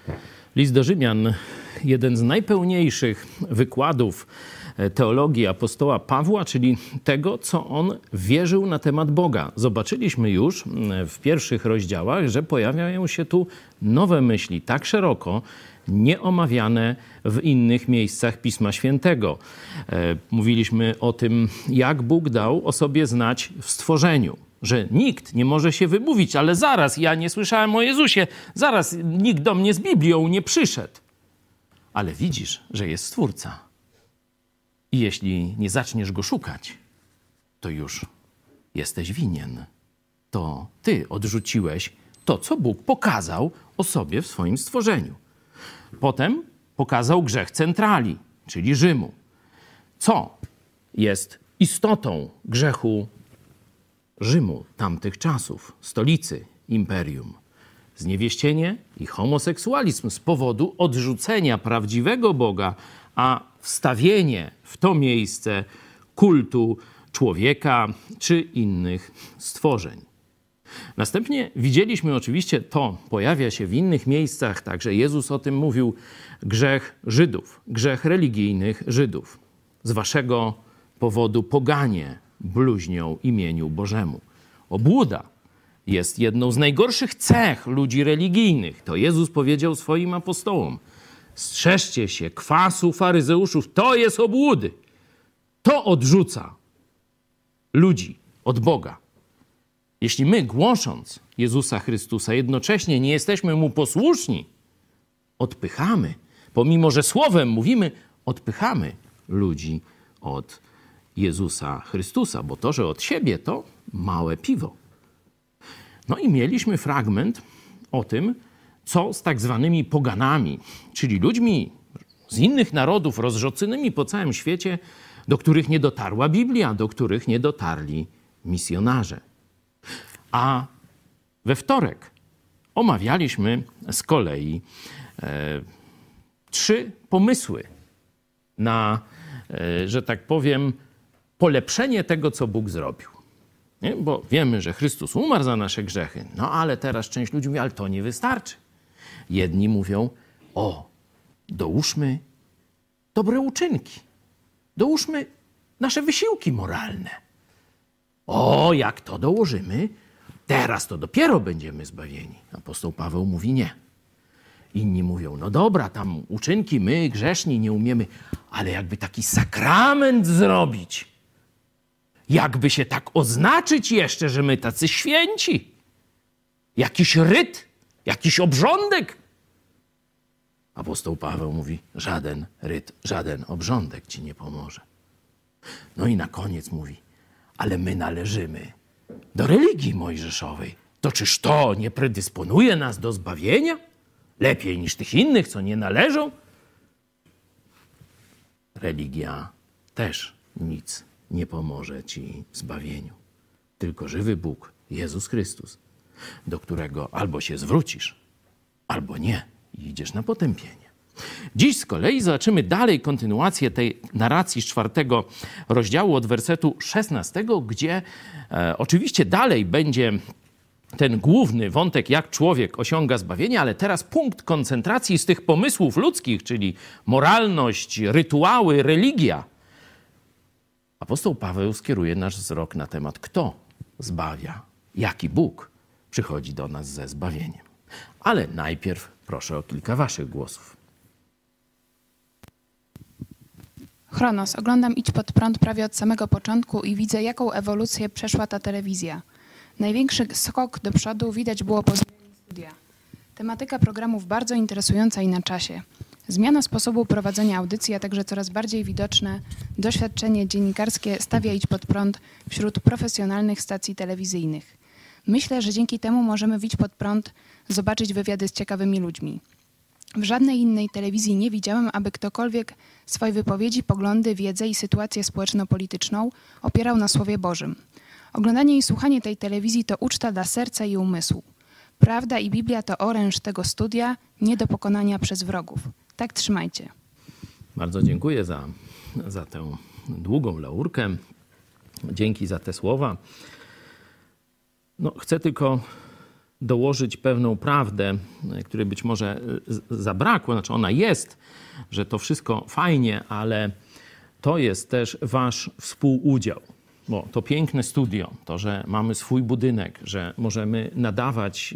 List do Rzymian, jeden z najpełniejszych wykładów teologii apostoła Pawła, czyli tego, co on wierzył na temat Boga. Zobaczyliśmy już w pierwszych rozdziałach, że pojawiają się tu nowe myśli, tak szeroko nieomawiane w innych miejscach Pisma Świętego. Mówiliśmy o tym, jak Bóg dał o sobie znać w stworzeniu. Że nikt nie może się wymówić, ale zaraz, ja nie słyszałem o Jezusie, zaraz nikt do mnie z Biblią nie przyszedł. Ale widzisz, że jest Stwórca. I jeśli nie zaczniesz Go szukać, to już jesteś winien. To ty odrzuciłeś to, co Bóg pokazał o sobie w swoim stworzeniu. Potem pokazał grzech centrali, czyli Rzymu. Co jest istotą grzechu Rzymu tamtych czasów, stolicy imperium? Zniewieścienie i homoseksualizm z powodu odrzucenia prawdziwego Boga, a wstawienie w to miejsce kultu człowieka czy innych stworzeń. Następnie widzieliśmy oczywiście, to pojawia się w innych miejscach, także Jezus o tym mówił, grzech Żydów, grzech religijnych Żydów. Z waszego powodu poganie bluźnią imieniu Bożemu. Obłuda jest jedną z najgorszych cech ludzi religijnych. To Jezus powiedział swoim apostołom. Strzeżcie się kwasu faryzeuszów, to jest obłudy. To odrzuca ludzi od Boga. Jeśli my, głosząc Jezusa Chrystusa, jednocześnie nie jesteśmy Mu posłuszni, odpychamy, pomimo że słowem mówimy, odpychamy ludzi od Jezusa Chrystusa, bo to, że od siebie, to małe piwo. No i mieliśmy fragment o tym, co z tak zwanymi poganami, czyli ludźmi z innych narodów rozrzuconymi po całym świecie, do których nie dotarła Biblia, do których nie dotarli misjonarze. A we wtorek omawialiśmy z kolei 3 pomysły na, że tak powiem, polepszenie tego, co Bóg zrobił. Nie? Bo wiemy, że Chrystus umarł za nasze grzechy, no ale teraz część ludzi mówi, ale to nie wystarczy. Jedni mówią, dołóżmy dobre uczynki, dołóżmy nasze wysiłki moralne. Jak to dołożymy, teraz to dopiero będziemy zbawieni. Apostoł Paweł mówi nie. Inni mówią, no dobra, tam uczynki my, grzeszni, nie umiemy, ale jakby taki sakrament zrobić, jakby się tak oznaczyć jeszcze, że my tacy święci, jakiś ryt, jakiś obrządek. Apostoł Paweł mówi, żaden ryt, żaden obrządek ci nie pomoże. No i na koniec mówi, ale my należymy do religii mojżeszowej. To czyż to nie predysponuje nas do zbawienia? Lepiej niż tych innych, co nie należą? Religia też nic nie pomoże ci w zbawieniu. Tylko żywy Bóg, Jezus Chrystus, do którego albo się zwrócisz, albo nie i idziesz na potępienie. Dziś z kolei zobaczymy dalej kontynuację tej narracji z 4 rozdziału od wersetu 16, gdzie oczywiście dalej będzie ten główny wątek, jak człowiek osiąga zbawienie, ale teraz punkt koncentracji z tych pomysłów ludzkich, czyli moralność, rytuały, religia. Apostoł Paweł skieruje nasz wzrok na temat, kto zbawia, jaki Bóg przychodzi do nas ze zbawieniem. Ale najpierw proszę o kilka waszych głosów. Chronos. Oglądam Idź Pod Prąd prawie od samego początku i widzę, jaką ewolucję przeszła ta telewizja. Największy skok do przodu widać było po zmianie studia. Tematyka programów bardzo interesująca i na czasie. Zmiana sposobu prowadzenia audycji, a także coraz bardziej widoczne doświadczenie dziennikarskie stawia Idź Pod Prąd wśród profesjonalnych stacji telewizyjnych. Myślę, że dzięki temu możemy w Idź Pod Prąd zobaczyć wywiady z ciekawymi ludźmi. W żadnej innej telewizji nie widziałem, aby ktokolwiek swoje wypowiedzi, poglądy, wiedzę i sytuację społeczno-polityczną opierał na Słowie Bożym. Oglądanie i słuchanie tej telewizji to uczta dla serca i umysłu. Prawda i Biblia to oręż tego studia, nie do pokonania przez wrogów. Tak trzymajcie. Bardzo dziękuję za tę długą laurkę. Dzięki za te słowa. Chcę tylko dołożyć pewną prawdę, której być może zabrakło. Znaczy ona jest, że to wszystko fajnie, ale to jest też wasz współudział. Bo to piękne studio, to, że mamy swój budynek, że możemy nadawać,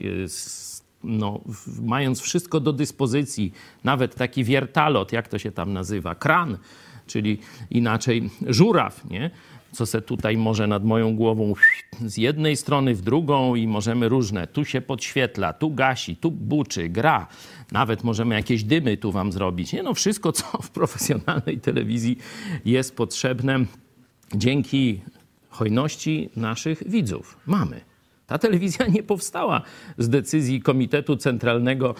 mając wszystko do dyspozycji, nawet taki wiertalot, jak to się tam nazywa, kran, czyli inaczej żuraw, nie? Co se tutaj może nad moją głową z jednej strony w drugą i możemy różne. Tu się podświetla, tu gasi, tu buczy, gra. Nawet możemy jakieś dymy tu wam zrobić. Nie, no wszystko, co w profesjonalnej telewizji jest potrzebne, dzięki hojności naszych widzów mamy. Ta telewizja nie powstała z decyzji Komitetu Centralnego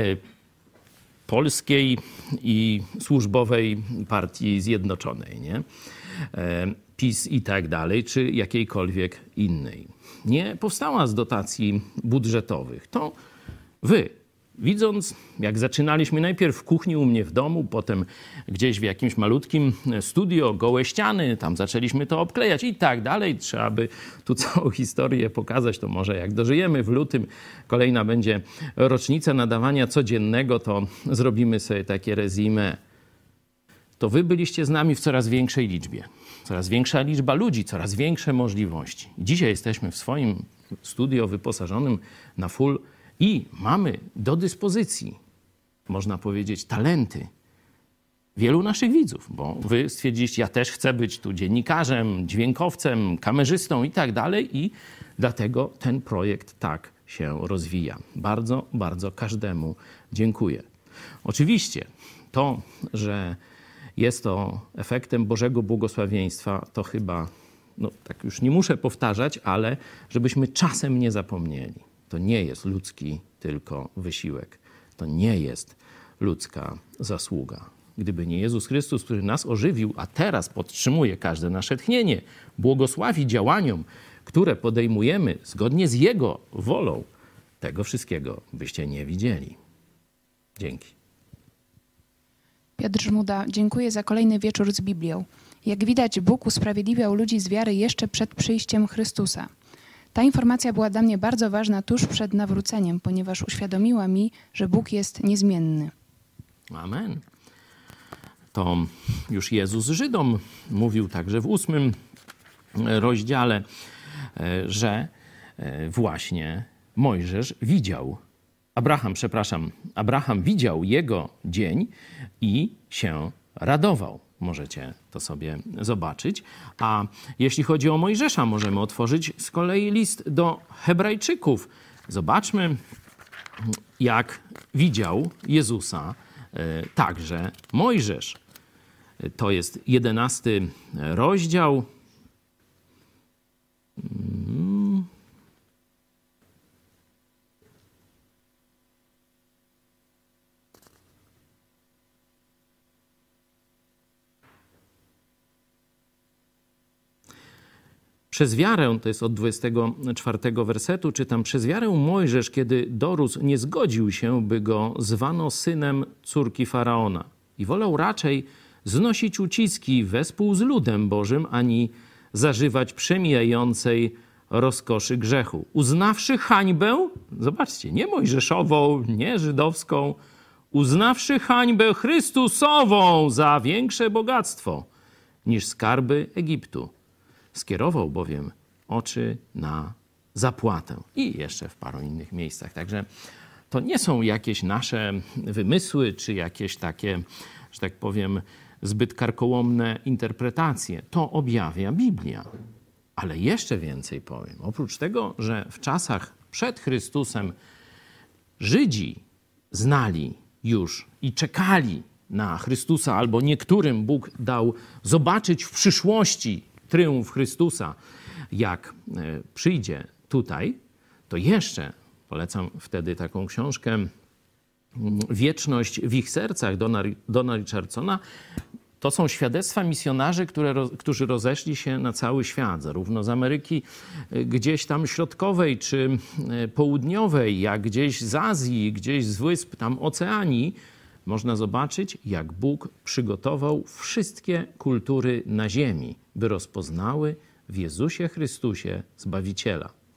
Polskiej i Służbowej Partii Zjednoczonej, nie? PiS i tak dalej, czy jakiejkolwiek innej. Nie powstała z dotacji budżetowych. To wy, widząc, jak zaczynaliśmy najpierw w kuchni u mnie w domu, potem gdzieś w jakimś malutkim studio, gołe ściany, tam zaczęliśmy to obklejać i tak dalej. Trzeba by tu całą historię pokazać, to może jak dożyjemy w lutym, kolejna będzie rocznica nadawania codziennego, to zrobimy sobie takie resume. To wy byliście z nami w coraz większej liczbie. Coraz większa liczba ludzi, coraz większe możliwości. Dzisiaj jesteśmy w swoim studio wyposażonym na full i mamy do dyspozycji, można powiedzieć, talenty wielu naszych widzów, bo wy stwierdziliście, ja też chcę być tu dziennikarzem, dźwiękowcem, kamerzystą i tak dalej i dlatego ten projekt tak się rozwija. Bardzo, bardzo każdemu dziękuję. Oczywiście to, że jest to efektem Bożego błogosławieństwa, to chyba, tak już nie muszę powtarzać, ale żebyśmy czasem nie zapomnieli. To nie jest ludzki tylko wysiłek. To nie jest ludzka zasługa. Gdyby nie Jezus Chrystus, który nas ożywił, a teraz podtrzymuje każde nasze tchnienie, błogosławi działaniom, które podejmujemy zgodnie z Jego wolą, tego wszystkiego byście nie widzieli. Dzięki. Piotr Żmuda, dziękuję za kolejny wieczór z Biblią. Jak widać, Bóg usprawiedliwiał ludzi z wiary jeszcze przed przyjściem Chrystusa. Ta informacja była dla mnie bardzo ważna tuż przed nawróceniem, ponieważ uświadomiła mi, że Bóg jest niezmienny. Amen. To już Jezus Żydom mówił także w 8 rozdziale, że właśnie Mojżesz Abraham widział jego dzień i się radował. Możecie to sobie zobaczyć. A jeśli chodzi o Mojżesza, możemy otworzyć z kolei list do Hebrajczyków. Zobaczmy, jak widział Jezusa także Mojżesz. To jest 11 rozdział. Przez wiarę, to jest od 24 wersetu, czytam, przez wiarę Mojżesz, kiedy dorósł, nie zgodził się, by go zwano synem córki Faraona i wolał raczej znosić uciski wespół z ludem Bożym, ani zażywać przemijającej rozkoszy grzechu. Uznawszy hańbę, zobaczcie, nie mojżeszową, nie żydowską, uznawszy hańbę Chrystusową za większe bogactwo niż skarby Egiptu. Skierował bowiem oczy na zapłatę. I jeszcze w paru innych miejscach. Także to nie są jakieś nasze wymysły, czy jakieś takie, że tak powiem, zbyt karkołomne interpretacje. To objawia Biblia. Ale jeszcze więcej powiem. Oprócz tego, że w czasach przed Chrystusem Żydzi znali już i czekali na Chrystusa, albo niektórym Bóg dał zobaczyć w przyszłości tryumf Chrystusa, jak przyjdzie tutaj, to jeszcze polecam wtedy taką książkę Wieczność w ich sercach Dona Richardsona. To są świadectwa misjonarzy, którzy rozeszli się na cały świat, zarówno z Ameryki gdzieś tam środkowej czy południowej, jak gdzieś z Azji, gdzieś z wysp tam Oceanii. Można zobaczyć, jak Bóg przygotował wszystkie kultury na ziemi, by rozpoznały w Jezusie Chrystusie Zbawiciela.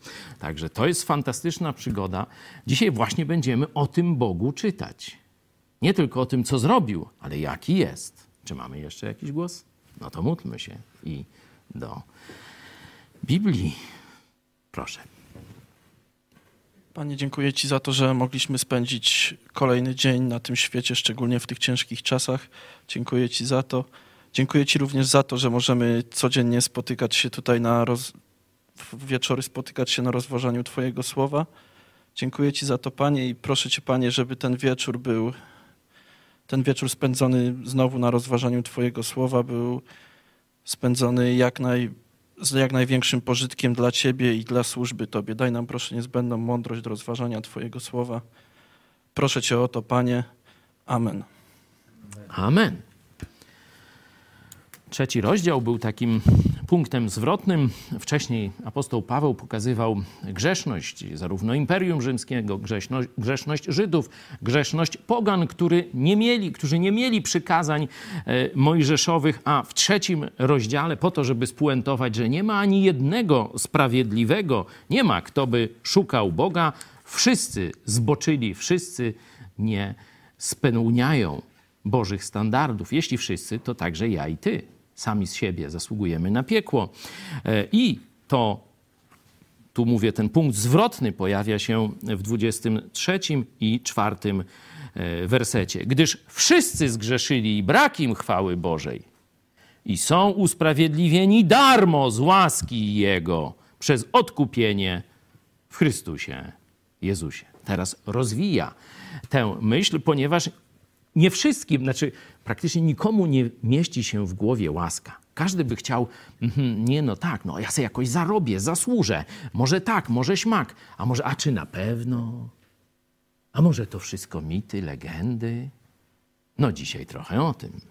Także to jest fantastyczna przygoda. Dzisiaj właśnie będziemy o tym Bogu czytać. Nie tylko o tym, co zrobił, ale jaki jest. Czy mamy jeszcze jakiś głos? No to módlmy się i do Biblii. Proszę. Panie, dziękuję Ci za to, że mogliśmy spędzić kolejny dzień na tym świecie, szczególnie w tych ciężkich czasach. Dziękuję Ci za to. Dziękuję Ci również za to, że możemy codziennie spotykać się tutaj w wieczory spotykać się na rozważaniu Twojego słowa. Dziękuję Ci za to, Panie, i proszę Cię, Panie, żeby ten wieczór spędzony znowu na rozważaniu Twojego słowa był spędzony z jak największym pożytkiem dla Ciebie i dla służby Tobie. Daj nam, proszę, niezbędną mądrość do rozważania Twojego słowa. Proszę Cię o to, Panie. Amen. Amen. 3 rozdział był takim punktem zwrotnym. Wcześniej apostoł Paweł pokazywał grzeszność zarówno Imperium Rzymskiego, grzeszność Żydów, grzeszność pogan, którzy nie mieli przykazań mojżeszowych, a w 3 rozdziale po to, żeby spuentować, że nie ma ani jednego sprawiedliwego, nie ma kto by szukał Boga, wszyscy zboczyli, wszyscy nie spełniają Bożych standardów. Jeśli wszyscy, to także ja i ty. Sami z siebie zasługujemy na piekło. I to, tu mówię, ten punkt zwrotny pojawia się w 23 i 4 wersecie. Gdyż wszyscy zgrzeszyli i brak im chwały Bożej i są usprawiedliwieni darmo z łaski Jego przez odkupienie w Chrystusie Jezusie. Teraz rozwija tę myśl, ponieważ nie wszystkim, praktycznie nikomu nie mieści się w głowie łaska. Każdy by chciał, ja sobie jakoś zarobię, zasłużę. Może tak, może śmak. A czy na pewno? A może to wszystko mity, legendy? No dzisiaj trochę o tym.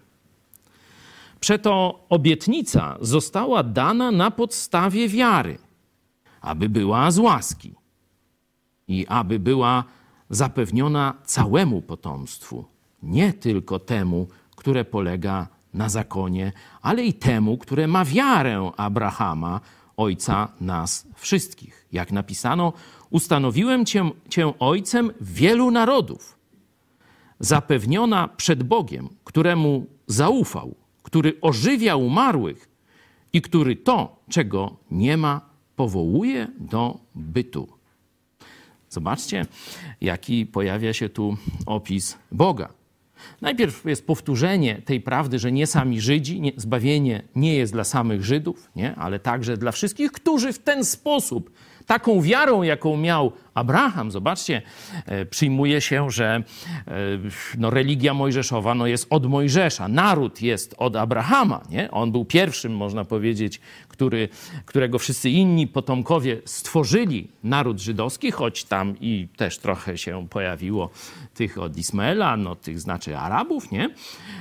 Przeto obietnica została dana na podstawie wiary, aby była z łaski i aby była zapewniona całemu potomstwu. Nie tylko temu, które polega na zakonie, ale i temu, które ma wiarę Abrahama, ojca nas wszystkich. Jak napisano, ustanowiłem cię ojcem wielu narodów. Zapewniona przed Bogiem, któremu zaufał, który ożywia umarłych i który to, czego nie ma, powołuje do bytu. Zobaczcie, jaki pojawia się tu opis Boga. Najpierw jest powtórzenie tej prawdy, że nie sami Żydzi, zbawienie nie jest dla samych Żydów, ale także dla wszystkich, którzy w ten sposób, taką wiarą, jaką miał Abraham, zobaczcie, przyjmuje się, że religia mojżeszowa jest od Mojżesza, naród jest od Abrahama. Nie? On był pierwszym, można powiedzieć, którego wszyscy inni potomkowie stworzyli naród żydowski, choć tam i też trochę się pojawiło tych od Ismaela, tych znaczy Arabów, nie?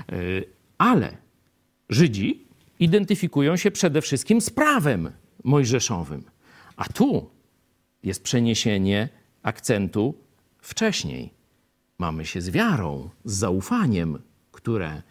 Ale Żydzi identyfikują się przede wszystkim z prawem mojżeszowym. A tu jest przeniesienie akcentu wcześniej. Mamy się z wiarą, z zaufaniem, które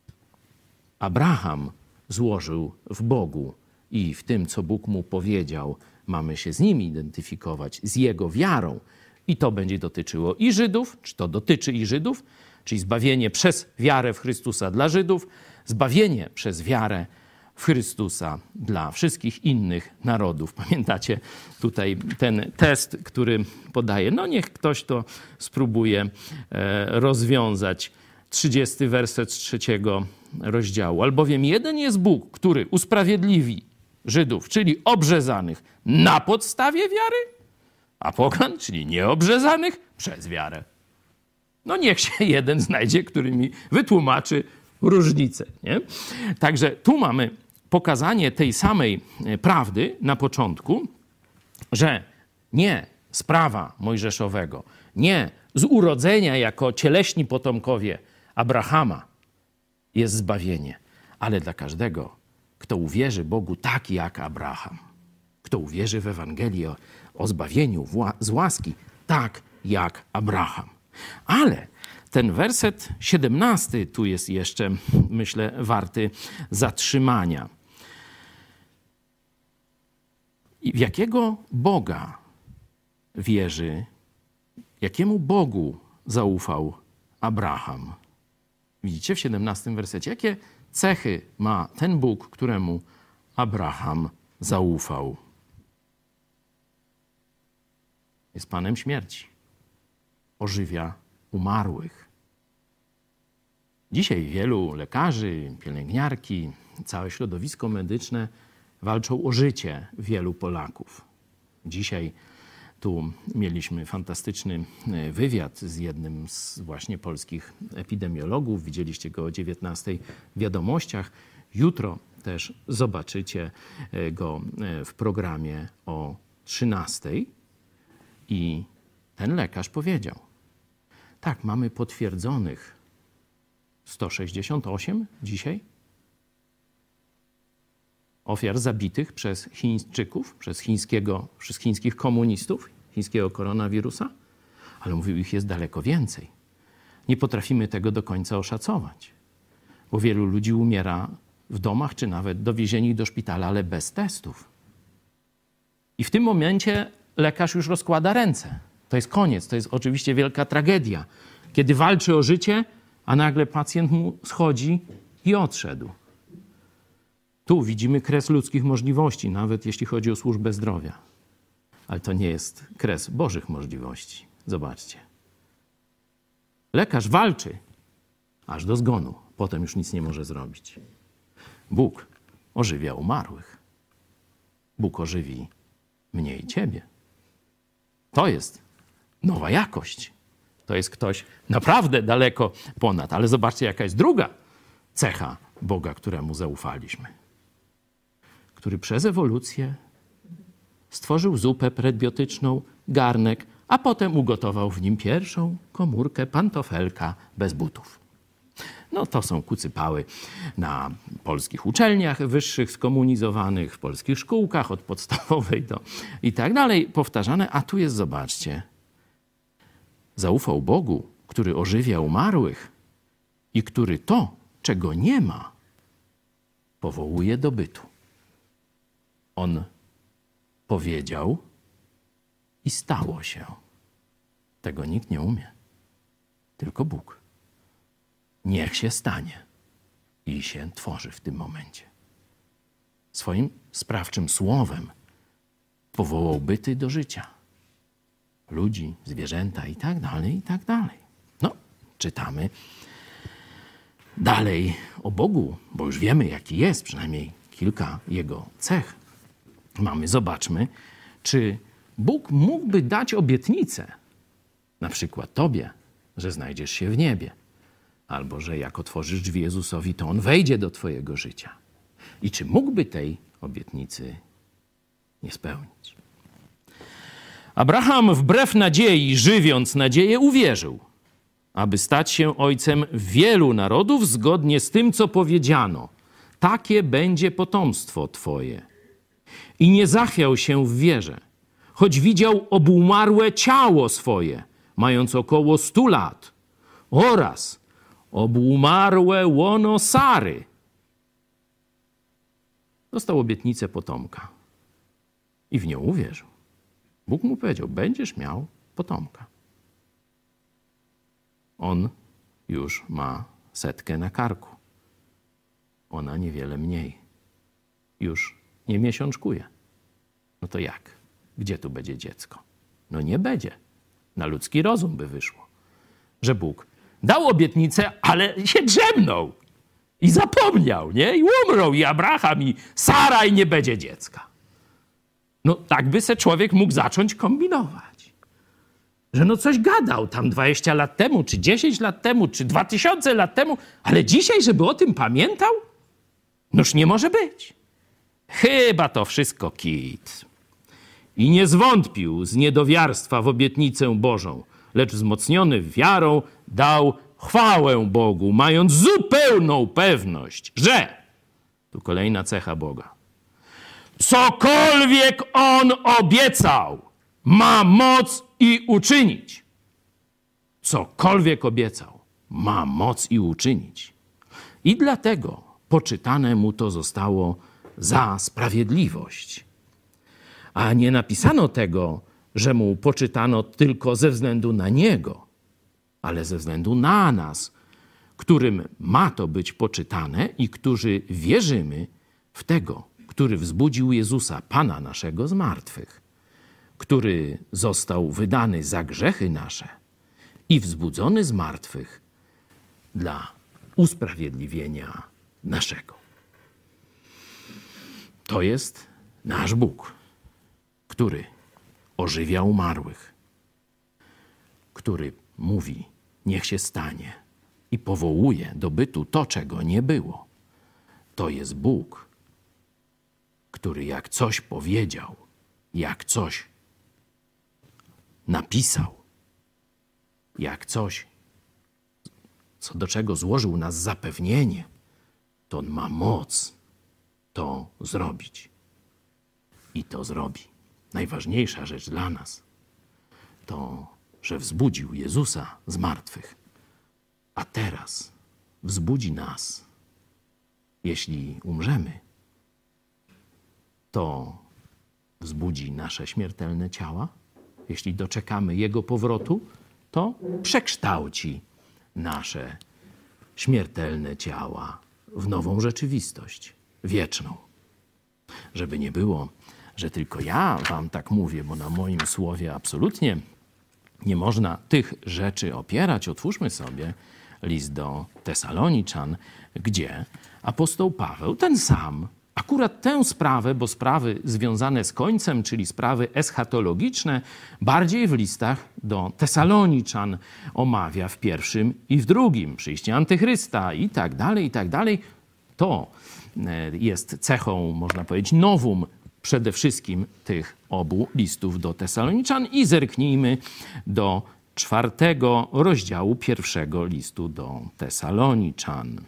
Abraham złożył w Bogu i w tym, co Bóg mu powiedział, mamy się z nim identyfikować, z jego wiarą. I to będzie dotyczyło i Żydów, czy to dotyczy i Żydów, czyli zbawienie przez wiarę w Chrystusa dla Żydów, zbawienie przez wiarę w Chrystusa dla wszystkich innych narodów. Pamiętacie tutaj ten test, który podaje? Niech ktoś to spróbuje rozwiązać. 30 werset z 3 rozdziału. Albowiem jeden jest Bóg, który usprawiedliwi Żydów, czyli obrzezanych na podstawie wiary, a pogan, czyli nieobrzezanych, przez wiarę. Niech się jeden znajdzie, który mi wytłumaczy różnicę. Nie? Także tu mamy pokazanie tej samej prawdy na początku, że nie z prawa mojżeszowego, nie z urodzenia jako cieleśni potomkowie Abrahama jest zbawienie, ale dla każdego, kto uwierzy Bogu tak jak Abraham, kto uwierzy w Ewangelię o zbawieniu z łaski tak jak Abraham. Ale ten werset 17 tu jest jeszcze, myślę, warty zatrzymania. I w jakiego Boga wierzy, jakiemu Bogu zaufał Abraham? Widzicie w 17 wersecie, jakie cechy ma ten Bóg, któremu Abraham zaufał? Jest Panem śmierci. Ożywia umarłych. Dzisiaj wielu lekarzy, pielęgniarki, całe środowisko medyczne walczą o życie wielu Polaków. Dzisiaj tu mieliśmy fantastyczny wywiad z jednym z właśnie polskich epidemiologów. Widzieliście go o 19:00 w Wiadomościach. Jutro też zobaczycie go w programie o 13:00. I ten lekarz powiedział, tak, mamy potwierdzonych 168 dzisiaj ofiar zabitych przez Chińczyków, przez chińskich komunistów, chińskiego koronawirusa, ale mówił, ich jest daleko więcej. Nie potrafimy tego do końca oszacować, bo wielu ludzi umiera w domach, czy nawet dowiezieni do szpitala, ale bez testów. I w tym momencie lekarz już rozkłada ręce. To jest koniec, to jest oczywiście wielka tragedia, kiedy walczy o życie, a nagle pacjent mu schodzi i odszedł. Tu widzimy kres ludzkich możliwości, nawet jeśli chodzi o służbę zdrowia. Ale to nie jest kres Bożych możliwości. Zobaczcie. Lekarz walczy aż do zgonu. Potem już nic nie może zrobić. Bóg ożywia umarłych. Bóg ożywi mnie i ciebie. To jest nowa jakość. To jest ktoś naprawdę daleko ponad. Ale zobaczcie, jaka jest druga cecha Boga, któremu zaufaliśmy. Który przez ewolucję stworzył zupę prebiotyczną, garnek, a potem ugotował w nim pierwszą komórkę pantofelka bez butów. No to są kucypały na polskich uczelniach wyższych skomunizowanych, w polskich szkółkach od podstawowej do i tak dalej powtarzane. A tu jest, zobaczcie, zaufał Bogu, który ożywia umarłych i który to, czego nie ma, powołuje do bytu. On powiedział i stało się. Tego nikt nie umie, tylko Bóg. Niech się stanie i się tworzy w tym momencie. Swoim sprawczym słowem powołał byty do życia. Ludzi, zwierzęta i tak dalej, i tak dalej. No, czytamy dalej o Bogu, bo już wiemy, jaki jest, przynajmniej kilka jego cech mamy. Zobaczmy, czy Bóg mógłby dać obietnicę, na przykład tobie, że znajdziesz się w niebie, albo że jak otworzysz drzwi Jezusowi, to On wejdzie do twojego życia. I czy mógłby tej obietnicy nie spełnić? Abraham wbrew nadziei, żywiąc nadzieję, uwierzył, aby stać się ojcem wielu narodów zgodnie z tym, co powiedziano. Takie będzie potomstwo twoje. I nie zachwiał się w wierze, choć widział obumarłe ciało swoje, mając około 100 lat, oraz obumarłe łono Sary. Dostał obietnicę potomka i w nią uwierzył. Bóg mu powiedział, będziesz miał potomka. On już ma 100 na karku. Ona niewiele mniej. Już nie miesiączkuje. No to jak? Gdzie tu będzie dziecko? No nie będzie. Na ludzki rozum by wyszło, że Bóg dał obietnicę, ale się drzemnął i zapomniał, nie? I umrą i Abraham, i Sara, i nie będzie dziecka. No tak by se człowiek mógł zacząć kombinować. Że no coś gadał tam 20 lat temu, czy 10 lat temu, czy 2000 lat temu, ale dzisiaj, żeby o tym pamiętał? Noż nie może być. Chyba to wszystko kit. I nie zwątpił z niedowiarstwa w obietnicę Bożą, lecz wzmocniony wiarą dał chwałę Bogu, mając zupełną pewność, że, tu kolejna cecha Boga, cokolwiek On obiecał, ma moc i uczynić. Cokolwiek obiecał, ma moc i uczynić. I dlatego poczytane mu to zostało za sprawiedliwość. A nie napisano tego, że mu poczytano tylko ze względu na niego, ale ze względu na nas, którym ma to być poczytane i którzy wierzymy w tego, który wzbudził Jezusa, Pana naszego z martwych, który został wydany za grzechy nasze i wzbudzony z martwych dla usprawiedliwienia naszego. To jest nasz Bóg, który ożywia umarłych, który mówi, niech się stanie i powołuje do bytu to, czego nie było. To jest Bóg, który jak coś powiedział, jak coś napisał, jak coś, co do czego złożył nas zapewnienie, to On ma moc to zrobić. I to zrobi. Najważniejsza rzecz dla nas to, że wzbudził Jezusa z martwych, a teraz wzbudzi nas. Jeśli umrzemy, to wzbudzi nasze śmiertelne ciała. Jeśli doczekamy Jego powrotu, to przekształci nasze śmiertelne ciała w nową rzeczywistość, wieczną. Żeby nie było, że tylko ja wam tak mówię, bo na moim słowie absolutnie nie można tych rzeczy opierać. Otwórzmy sobie list do Tesaloniczan, gdzie apostoł Paweł, ten sam, akurat tę sprawę, bo sprawy związane z końcem, czyli sprawy eschatologiczne, bardziej w listach do Tesaloniczan omawia w pierwszym i w drugim. Przyjście Antychrysta i tak dalej, i tak dalej. To jest cechą, można powiedzieć, nowum przede wszystkim tych obu listów do Tesaloniczan. I zerknijmy do 4 rozdziału 1 listu do Tesaloniczan.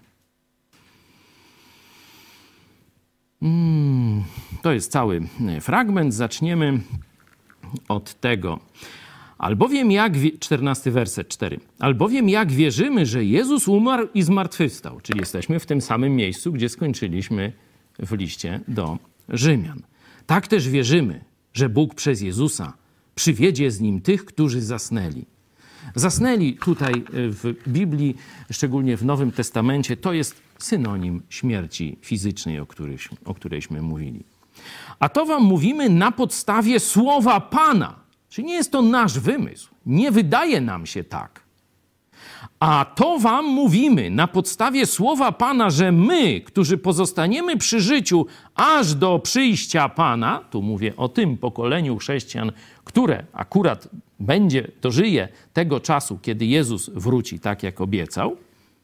To jest cały fragment. Zaczniemy od tego. Albowiem jak, 14 werset 4. Albowiem jak wierzymy, że Jezus umarł i zmartwychwstał, czyli jesteśmy w tym samym miejscu, gdzie skończyliśmy w liście do Rzymian. Tak też wierzymy, że Bóg przez Jezusa przywiedzie z Nim tych, którzy zasnęli. Zasnęli tutaj w Biblii, szczególnie w Nowym Testamencie, to jest synonim śmierci fizycznej, o którejśmy mówili. A to wam mówimy na podstawie słowa Pana. Czyli nie jest to nasz wymysł. Nie wydaje nam się tak. A to wam mówimy na podstawie słowa Pana, że my, którzy pozostaniemy przy życiu aż do przyjścia Pana, tu mówię o tym pokoleniu chrześcijan, które akurat dożyje tego czasu, kiedy Jezus wróci, tak jak obiecał,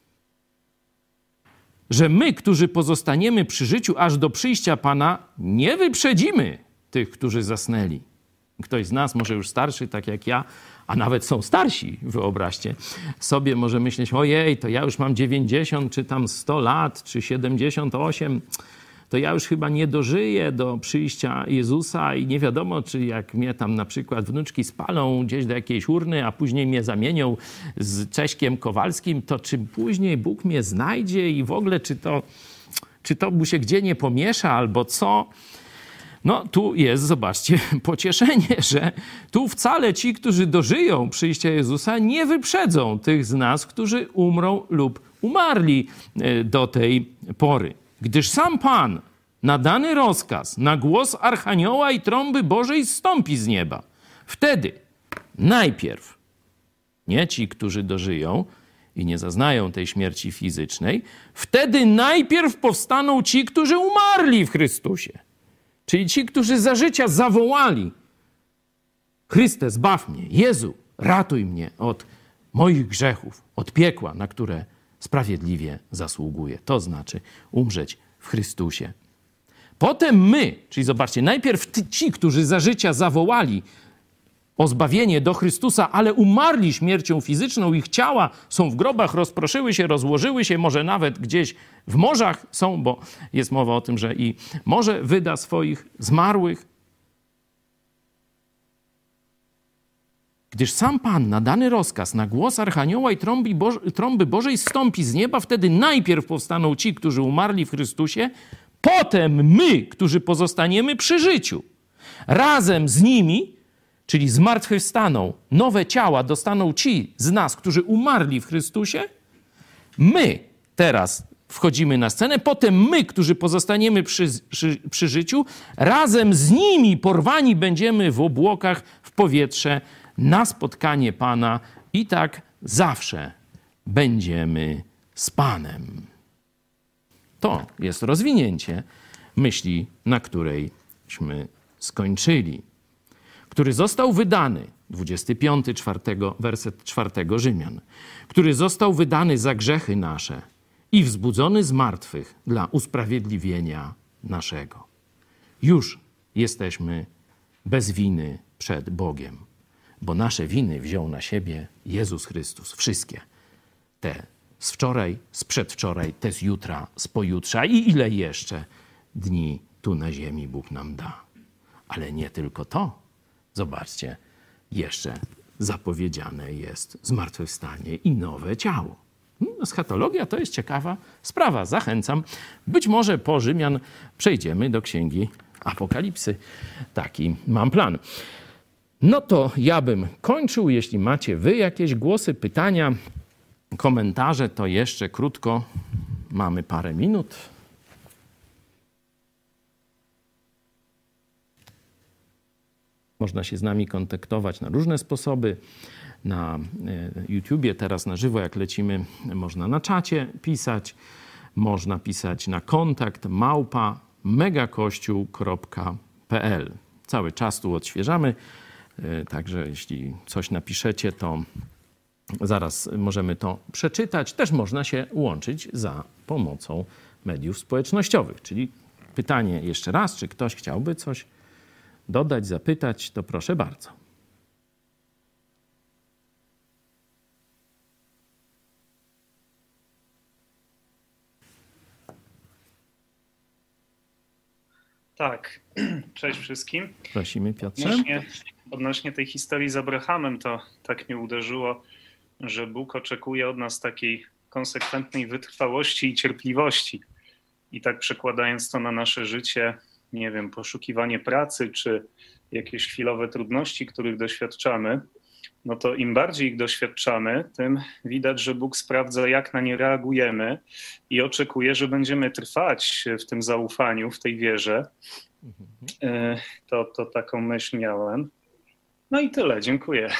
że my, którzy pozostaniemy przy życiu aż do przyjścia Pana, nie wyprzedzimy tych, którzy zasnęli. Ktoś z nas, może już starszy, tak jak ja, a nawet są starsi, wyobraźcie sobie, może myśleć, ojej, to ja już mam 90, czy tam 100 lat, czy 78, to ja już chyba nie dożyję do przyjścia Jezusa i nie wiadomo, czy jak mnie tam na przykład wnuczki spalą gdzieś do jakiejś urny, a później mnie zamienią z Cześkiem Kowalskim, to czy później Bóg mnie znajdzie i w ogóle czy to mu się gdzie nie pomiesza albo co? No tu jest, zobaczcie, pocieszenie, że tu wcale ci, którzy dożyją przyjścia Jezusa, nie wyprzedzą tych z nas, którzy umrą lub umarli do tej pory. Gdyż sam Pan na dany rozkaz, na głos Archanioła i trąby Bożej zstąpi z nieba. Wtedy najpierw, nie ci, którzy dożyją i nie zaznają tej śmierci fizycznej, wtedy najpierw powstaną ci, którzy umarli w Chrystusie. Czyli ci, którzy za życia zawołali: Chryste, zbaw mnie, Jezu, ratuj mnie od moich grzechów, od piekła, na które sprawiedliwie zasługuję. To znaczy umrzeć w Chrystusie. Potem my, czyli zobaczcie, najpierw ci, którzy za życia zawołali o zbawienie do Chrystusa, ale umarli śmiercią fizyczną, ich ciała są w grobach, rozproszyły się, rozłożyły się, może nawet gdzieś w morzach są, bo jest mowa o tym, że i morze wyda swoich zmarłych. Gdyż sam Pan na dany rozkaz, na głos Archanioła i trąby Bożej zstąpi z nieba, wtedy najpierw powstaną ci, którzy umarli w Chrystusie, potem my, którzy pozostaniemy przy życiu. razem z nimi, czyli zmartwychwstaną, nowe ciała dostaną ci z nas, którzy umarli w Chrystusie, my teraz wchodzimy na scenę, potem my, którzy pozostaniemy przy życiu, razem z nimi porwani będziemy w obłokach w powietrze na spotkanie Pana i tak zawsze będziemy z Panem. To jest rozwinięcie myśli, na którejśmy skończyli. Który został wydany, 25, werset 4 Rzymian, który został wydany za grzechy nasze i wzbudzony z martwych dla usprawiedliwienia naszego. Już jesteśmy bez winy przed Bogiem, bo nasze winy wziął na siebie Jezus Chrystus. Wszystkie. Te z wczoraj, z przedwczoraj, te z jutra, z pojutrza i ile jeszcze dni tu na ziemi Bóg nam da. Ale nie tylko to. Zobaczcie, jeszcze zapowiedziane jest zmartwychwstanie i nowe ciało. Eschatologia to jest ciekawa sprawa. Zachęcam. Być może po Rzymian przejdziemy do Księgi Apokalipsy. Taki mam plan. No to ja bym kończył. Jeśli macie wy jakieś głosy, pytania, komentarze, to jeszcze krótko. Mamy parę minut. Można się z nami kontaktować na różne sposoby. Na YouTubie teraz na żywo, jak lecimy, można na czacie pisać. Można pisać na kontakt @megakościół.pl. Cały czas tu odświeżamy. Także jeśli coś napiszecie, to zaraz możemy to przeczytać. Też można się łączyć za pomocą mediów społecznościowych. Czyli pytanie jeszcze raz, czy ktoś chciałby coś dodać, zapytać, to proszę bardzo. Tak, cześć wszystkim. Prosimy, Piotrze. Odnośnie tej historii z Abrahamem, to tak mnie uderzyło, że Bóg oczekuje od nas takiej konsekwentnej wytrwałości i cierpliwości. I tak przekładając to na nasze życie, nie wiem, poszukiwanie pracy czy jakieś chwilowe trudności, których doświadczamy, no to im bardziej ich doświadczamy, tym widać, że Bóg sprawdza, jak na nie reagujemy i oczekuje, że będziemy trwać w tym zaufaniu, w tej wierze. To taką myśl miałem. No i tyle, dziękuję.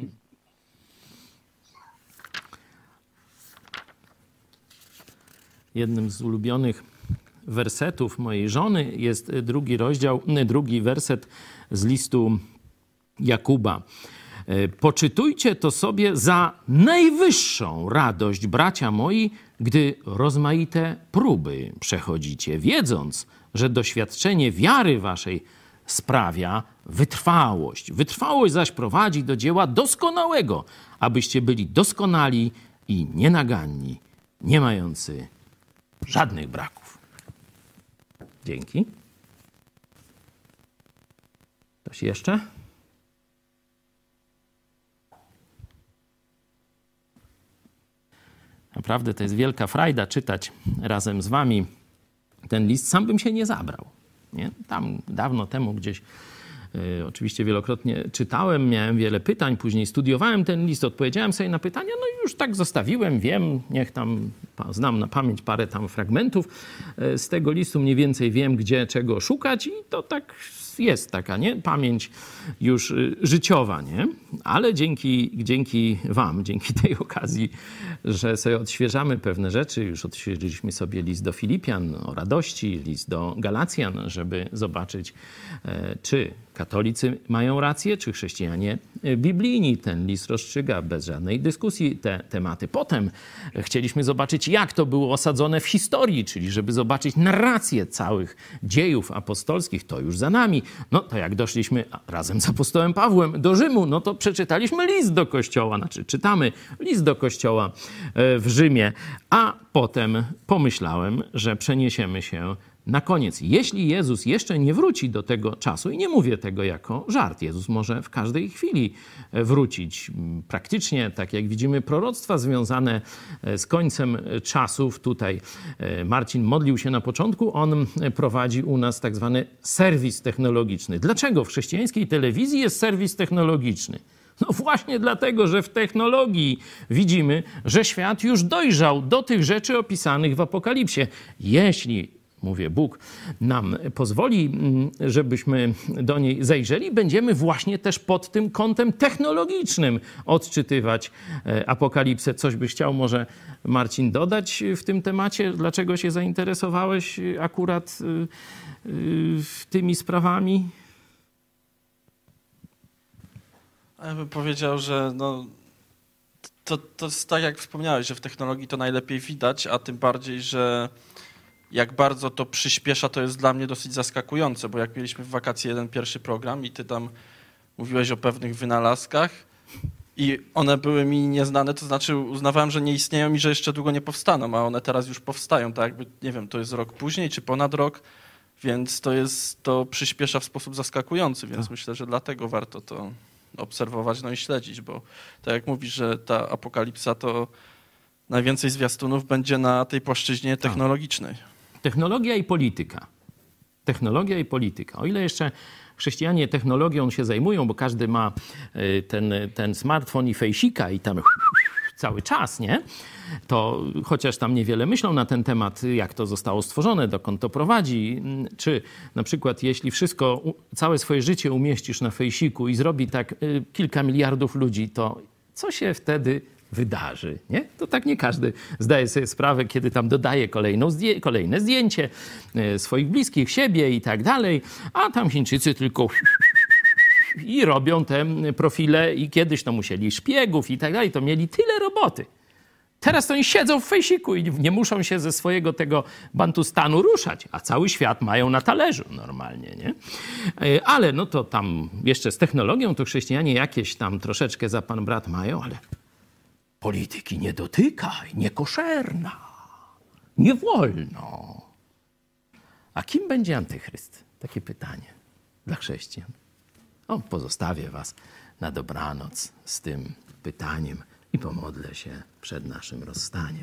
Jednym z ulubionych wersetów mojej żony jest drugi werset z listu Jakuba. Poczytujcie to sobie za najwyższą radość, bracia moi, gdy rozmaite próby przechodzicie, wiedząc, że doświadczenie wiary waszej sprawia wytrwałość. Wytrwałość zaś prowadzi do dzieła doskonałego, abyście byli doskonali i nienaganni, nie mający żadnych braków. Dzięki. Ktoś jeszcze? Naprawdę to jest wielka frajda czytać razem z wami ten list. Sam bym się nie zabrał. Nie? Tam dawno temu gdzieś oczywiście wielokrotnie czytałem, miałem wiele pytań, później studiowałem ten list, odpowiedziałem sobie na pytania, no i już tak zostawiłem, wiem, niech tam znam na pamięć parę tam fragmentów z tego listu, mniej więcej wiem, gdzie czego szukać i to tak jest taka, nie? Pamięć już życiowa, nie? Ale dzięki wam, dzięki tej okazji, że sobie odświeżamy pewne rzeczy, już odświeżyliśmy sobie list do Filipian o radości, list do Galacjan, żeby zobaczyć, czy katolicy mają rację, czy chrześcijanie biblijni. Ten list rozstrzyga bez żadnej dyskusji te tematy. Potem chcieliśmy zobaczyć, jak to było osadzone w historii, czyli żeby zobaczyć narrację całych dziejów apostolskich. To już za nami. No to jak doszliśmy razem z apostołem Pawłem do Rzymu, no to przeczytaliśmy list do Kościoła, znaczy czytamy list do Kościoła, w Rzymie, a potem pomyślałem, że przeniesiemy się na koniec, jeśli Jezus jeszcze nie wróci do tego czasu, i nie mówię tego jako żart, Jezus może w każdej chwili wrócić. Praktycznie, tak jak widzimy, proroctwa związane z końcem czasów. Tutaj Marcin modlił się na początku, on prowadzi u nas tak zwany serwis technologiczny. Dlaczego w chrześcijańskiej telewizji jest serwis technologiczny? No właśnie dlatego, że w technologii widzimy, że świat już dojrzał do tych rzeczy opisanych w Apokalipsie. Jeśli, mówię, Bóg nam pozwoli, żebyśmy do niej zajrzeli, będziemy właśnie też pod tym kątem technologicznym odczytywać Apokalipsę. Coś byś chciał może, Marcin, dodać w tym temacie? Dlaczego się zainteresowałeś akurat tymi sprawami? Ja bym powiedział, że to jest tak, jak wspomniałeś, że w technologii to najlepiej widać, a tym bardziej, że jak bardzo to przyspiesza, to jest dla mnie dosyć zaskakujące, bo jak mieliśmy w wakacje jeden pierwszy program i ty tam mówiłeś o pewnych wynalazkach i one były mi nieznane, to znaczy uznawałem, że nie istnieją i że jeszcze długo nie powstaną, a one teraz już powstają, tak jakby, nie wiem, to jest rok później czy ponad rok, więc to przyspiesza w sposób zaskakujący, więc myślę, że dlatego warto to obserwować, no i śledzić, bo tak jak mówisz, że ta apokalipsa to najwięcej zwiastunów będzie na tej płaszczyźnie technologicznej. Technologia i polityka. Technologia i polityka. O ile jeszcze chrześcijanie technologią się zajmują, bo każdy ma ten smartfon i fejsika i tam cały czas, nie? To chociaż tam niewiele myślą na ten temat, jak to zostało stworzone, dokąd to prowadzi, czy na przykład jeśli wszystko, całe swoje życie umieścisz na fejsiku i zrobi tak kilka miliardów ludzi, to co się wtedy wydarzy, nie? To tak nie każdy zdaje sobie sprawę, kiedy tam dodaje kolejne zdjęcie swoich bliskich, siebie i tak dalej, a tam Chińczycy tylko i robią te profile i kiedyś to musieli szpiegów i tak dalej, to mieli tyle roboty. Teraz to oni siedzą w fejsiku i nie muszą się ze swojego tego Bantustanu ruszać, a cały świat mają na talerzu normalnie, nie? Ale no to tam jeszcze z technologią to chrześcijanie jakieś tam troszeczkę za pan brat mają, ale polityki nie dotykaj, niekoszerna, nie wolno. A kim będzie antychryst? Takie pytanie dla chrześcijan. O, pozostawię was na dobranoc z tym pytaniem i pomodlę się przed naszym rozstaniem.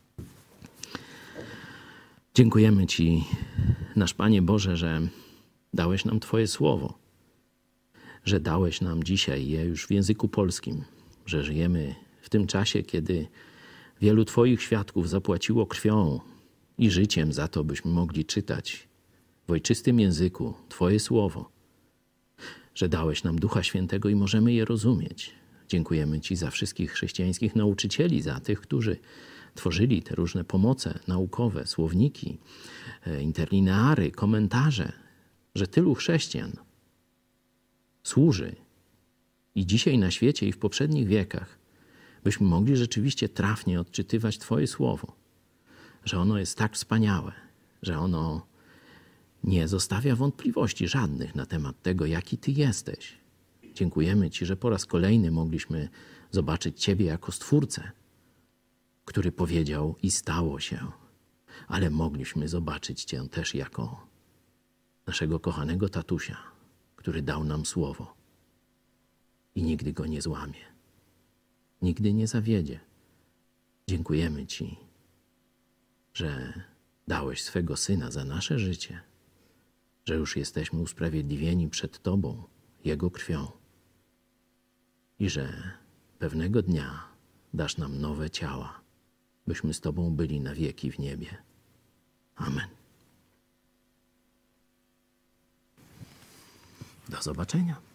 Dziękujemy Ci, nasz Panie Boże, że dałeś nam Twoje słowo, że dałeś nam dzisiaj je już w języku polskim, że żyjemy w tym czasie, kiedy wielu Twoich świadków zapłaciło krwią i życiem za to, byśmy mogli czytać w ojczystym języku Twoje słowo, że dałeś nam Ducha Świętego i możemy je rozumieć. Dziękujemy Ci za wszystkich chrześcijańskich nauczycieli, za tych, którzy tworzyli te różne pomoce naukowe, słowniki, interlineary, komentarze, że tylu chrześcijan służy i dzisiaj na świecie, i w poprzednich wiekach, byśmy mogli rzeczywiście trafnie odczytywać Twoje słowo, że ono jest tak wspaniałe, że ono nie zostawia wątpliwości żadnych na temat tego, jaki Ty jesteś. Dziękujemy Ci, że po raz kolejny mogliśmy zobaczyć Ciebie jako Stwórcę, który powiedział i stało się, ale mogliśmy zobaczyć Cię też jako naszego kochanego tatusia, który dał nam słowo i nigdy go nie złamie, nigdy nie zawiedzie. Dziękujemy Ci, że dałeś swego Syna za nasze życie, że już jesteśmy usprawiedliwieni przed Tobą, Jego krwią i że pewnego dnia dasz nam nowe ciała, byśmy z Tobą byli na wieki w niebie. Amen. Do zobaczenia.